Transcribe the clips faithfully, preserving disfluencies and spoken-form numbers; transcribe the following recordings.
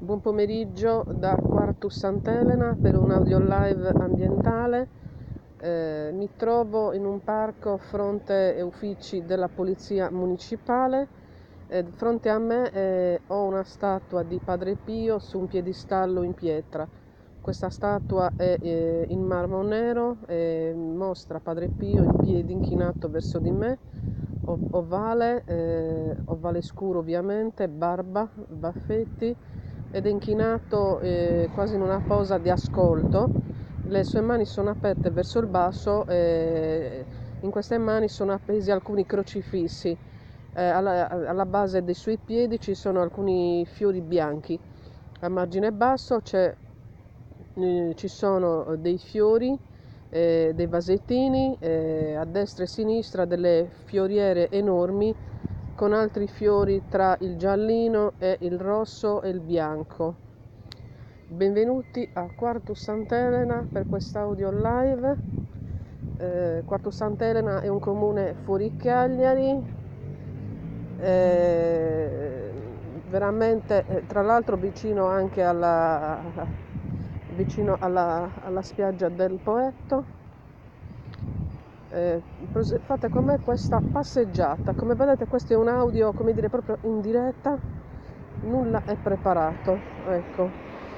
Buon pomeriggio da Quartus Sant'Elena per un audio live ambientale. Eh, mi trovo in un parco fronte ai uffici della Polizia Municipale. Eh, di fronte a me eh, ho una statua di Padre Pio su un piedistallo in pietra. Questa statua è eh, in marmo nero e mostra Padre Pio in piedi inchinato verso di me, ovale, eh, ovale scuro ovviamente, barba, baffetti, ed è inchinato eh, quasi in una posa di ascolto. Le sue mani sono aperte verso il basso e in queste mani sono appesi alcuni crocifissi. Eh, alla, alla base dei suoi piedi ci sono alcuni fiori bianchi. A margine basso c'è, eh, ci sono dei fiori, eh, dei vasettini, eh, a destra e a sinistra delle fioriere enormi con altri fiori tra il giallino e il rosso e il bianco. Benvenuti a Quartus Sant'Elena per quest'audio live. Eh, Quartus Sant'Elena è un comune fuori Cagliari, eh, veramente, eh, tra l'altro vicino anche alla, vicino alla, alla spiaggia del Poetto. Eh, fate con me questa passeggiata. Come vedete, questo è un audio, come dire, proprio in diretta, nulla è preparato. Ecco,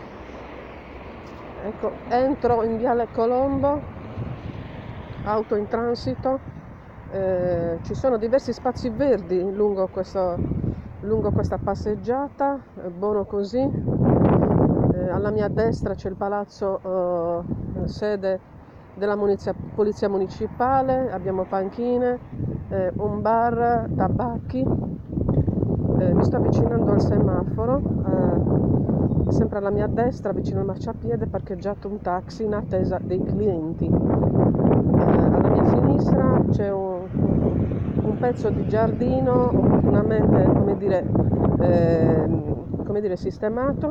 ecco entro in Viale Colombo, auto in transito. Eh, ci sono diversi spazi verdi lungo, questo, lungo questa passeggiata, è buono così. Eh, alla mia destra c'è il palazzo, eh, sede della munizia, polizia municipale, abbiamo panchine, eh, un bar, tabacchi. Eh, mi sto avvicinando al semaforo, eh, sempre alla mia destra, vicino al marciapiede, parcheggiato un taxi in attesa dei clienti. Eh, alla mia sinistra c'è un, un pezzo di giardino opportunamente, come dire, eh, come dire sistemato,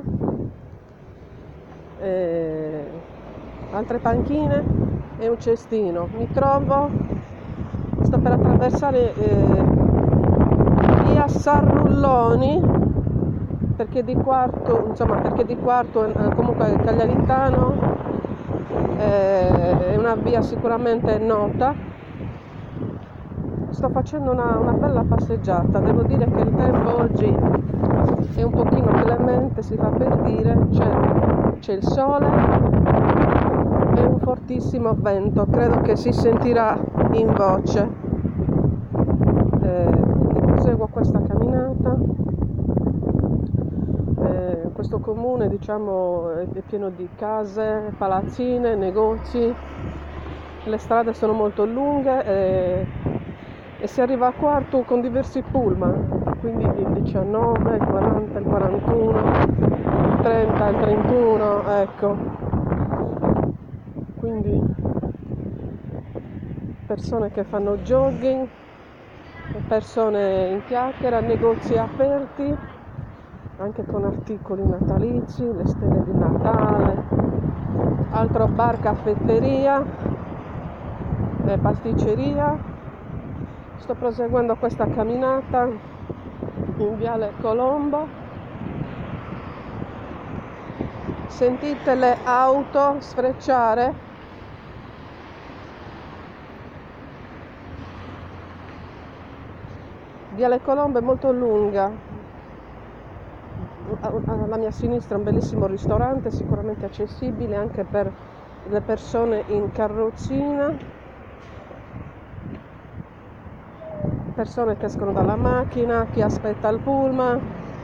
eh, altre panchine e un cestino. Mi trovo, sto per attraversare eh, via Sarrulloni, perché di quarto, insomma, perché di quarto eh, comunque è cagliaritano, eh, è una via sicuramente nota. Sto facendo una, una bella passeggiata, devo dire che il tempo oggi è un pochino clemente, si fa per dire, c'è, c'è il sole e un fortissimo vento, credo che si sentirà in voce. Eh, quindi proseguo questa camminata. Eh, questo comune, diciamo, è, è pieno di case, palazzine, negozi, le strade sono molto lunghe e, e si arriva a Quartu con diversi pullman, quindi il diciannove, il quaranta, il quarantuno, il trenta, il trentuno, ecco. Quindi persone che fanno jogging, persone in chiacchiera, negozi aperti anche con articoli natalizi, le stelle di Natale, altro bar, caffetteria e pasticceria. Sto proseguendo questa camminata in Viale Colombo. Sentite le auto sfrecciare? Viale Colombo è molto lunga. Alla mia sinistra un bellissimo ristorante, sicuramente accessibile anche per le persone in carrozzina, persone che escono dalla macchina, chi aspetta il pullman,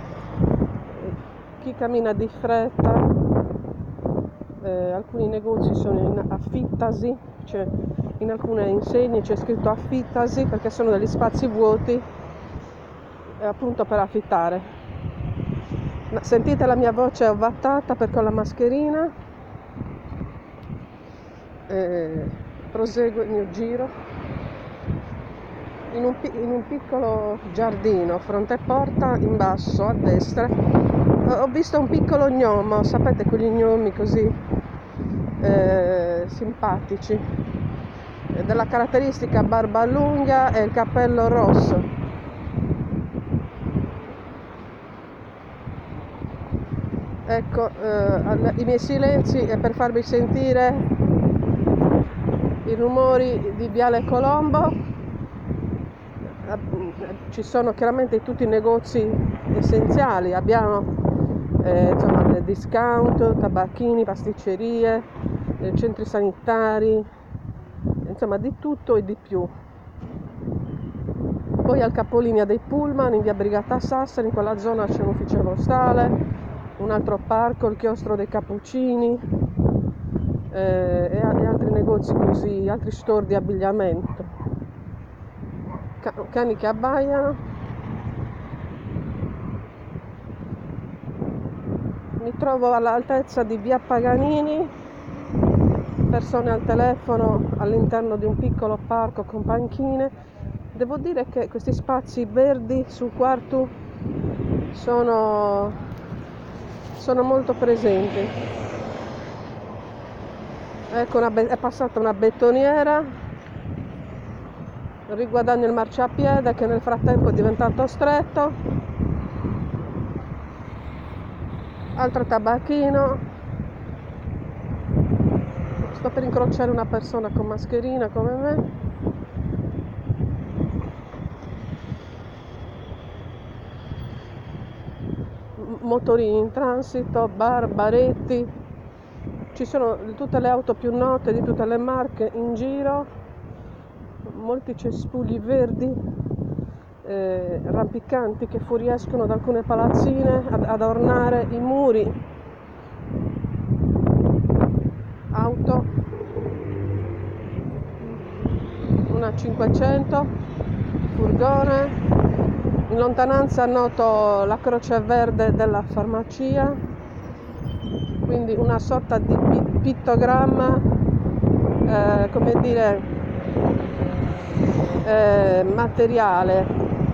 chi cammina di fretta. Eh, alcuni negozi sono in affittasi, cioè in alcune insegne c'è scritto affittasi perché sono degli spazi vuoti, eh, appunto per affittare. Sentite la mia voce ovattata perché ho la mascherina. Eh, proseguo il mio giro in un, in un piccolo giardino fronte porta, in basso a destra ho visto un piccolo gnomo, sapete quegli gnomi così eh, simpatici, della caratteristica barba lunga e il cappello rosso. Ecco, eh, i miei silenzi è per farvi sentire i rumori di Viale Colombo. Ci sono chiaramente tutti i negozi essenziali, abbiamo eh, insomma, discount, tabacchini, pasticcerie, eh, centri sanitari, insomma di tutto e di più. Poi al capolinea dei Pullman in via Brigata Sassari, in quella zona c'è un ufficio postale, un altro parco, il chiostro dei Cappuccini eh, e, e altri negozi così, altri store di abbigliamento. Cani che abbaiano. Mi trovo all'altezza di via Paganini, persone al telefono all'interno di un piccolo parco con panchine. Devo dire che questi spazi verdi sul quarto sono, sono molto presenti. Ecco, una be- è passata una betoniera, riguadagno il marciapiede che nel frattempo è diventato stretto, altro tabacchino, sto per incrociare una persona con mascherina come me, motorini in transito, bar, baretti, ci sono tutte le auto più note di tutte le marche in giro, molti cespugli verdi eh, rampicanti che fuoriescono da alcune palazzine ad, ad ornare i muri. Auto, una cinquecento, furgone, in lontananza noto la croce verde della farmacia, quindi una sorta di pittogramma eh, come dire eh, materiale.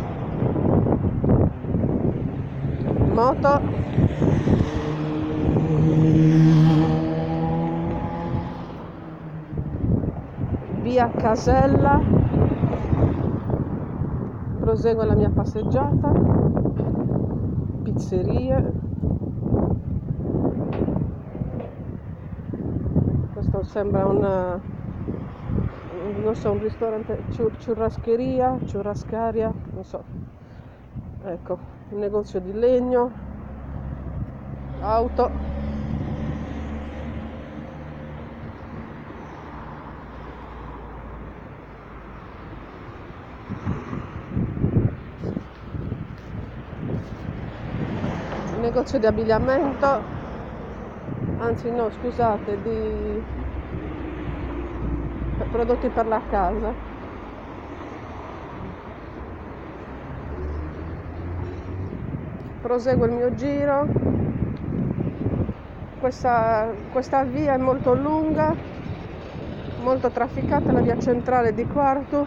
Moto, via Casella, proseguo la mia passeggiata, pizzerie, questo sembra un non so, un ristorante, ciurrascheria, ciurrascaria, non so, ecco, un negozio di legno, auto, un negozio di abbigliamento, anzi no, scusate, di prodotti per la casa. Proseguo il mio giro. Questa, questa via è molto lunga, molto trafficata, la via centrale di Quartu.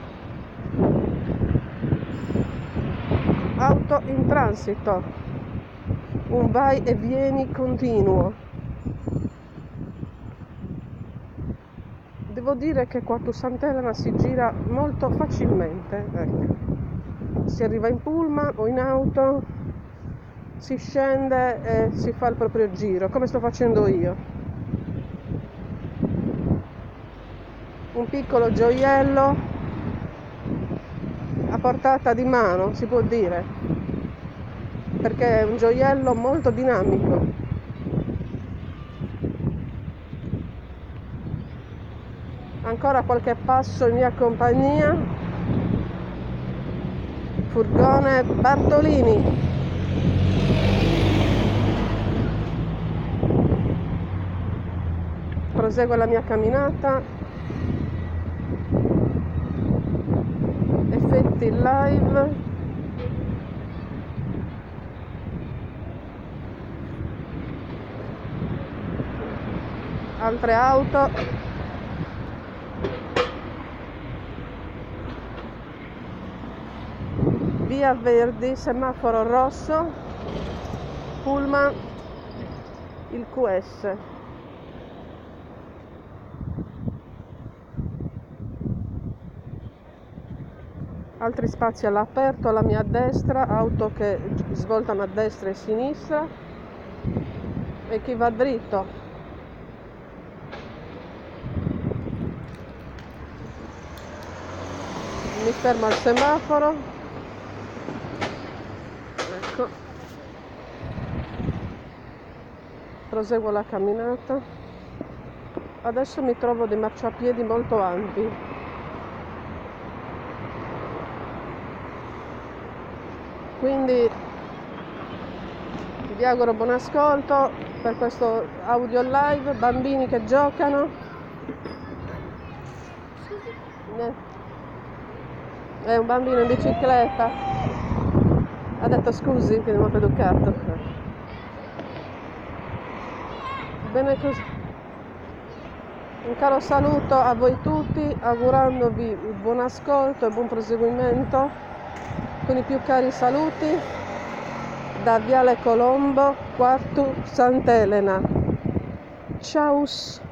Auto in transito, un vai e vieni continuo. Devo dire che Quartu Sant'Elena si gira molto facilmente, ecco. Si arriva in pullman o in auto, si scende e si fa il proprio giro, come sto facendo io. Un piccolo gioiello a portata di mano, si può dire, perché è un gioiello molto dinamico. Ancora qualche passo in mia compagnia, furgone Bartolini. Proseguo la mia camminata, effetti live, altre auto, via Verdi, semaforo rosso, pullman, il Q S. Altri spazi all'aperto alla mia destra, auto che svoltano a destra e a sinistra. e chi va dritto. Mi fermo al semaforo, ecco, proseguo la camminata. Adesso mi trovo dei marciapiedi molto ampi, quindi vi auguro buon ascolto per questo audio live. Bambini che giocano. Eh, È un bambino in bicicletta. Ha detto scusi, che è molto educato. Bene così. Un caro saluto a voi tutti, augurandovi buon ascolto e buon proseguimento. Con i più cari saluti da Viale Colombo, quarto Sant'Elena. Ciao!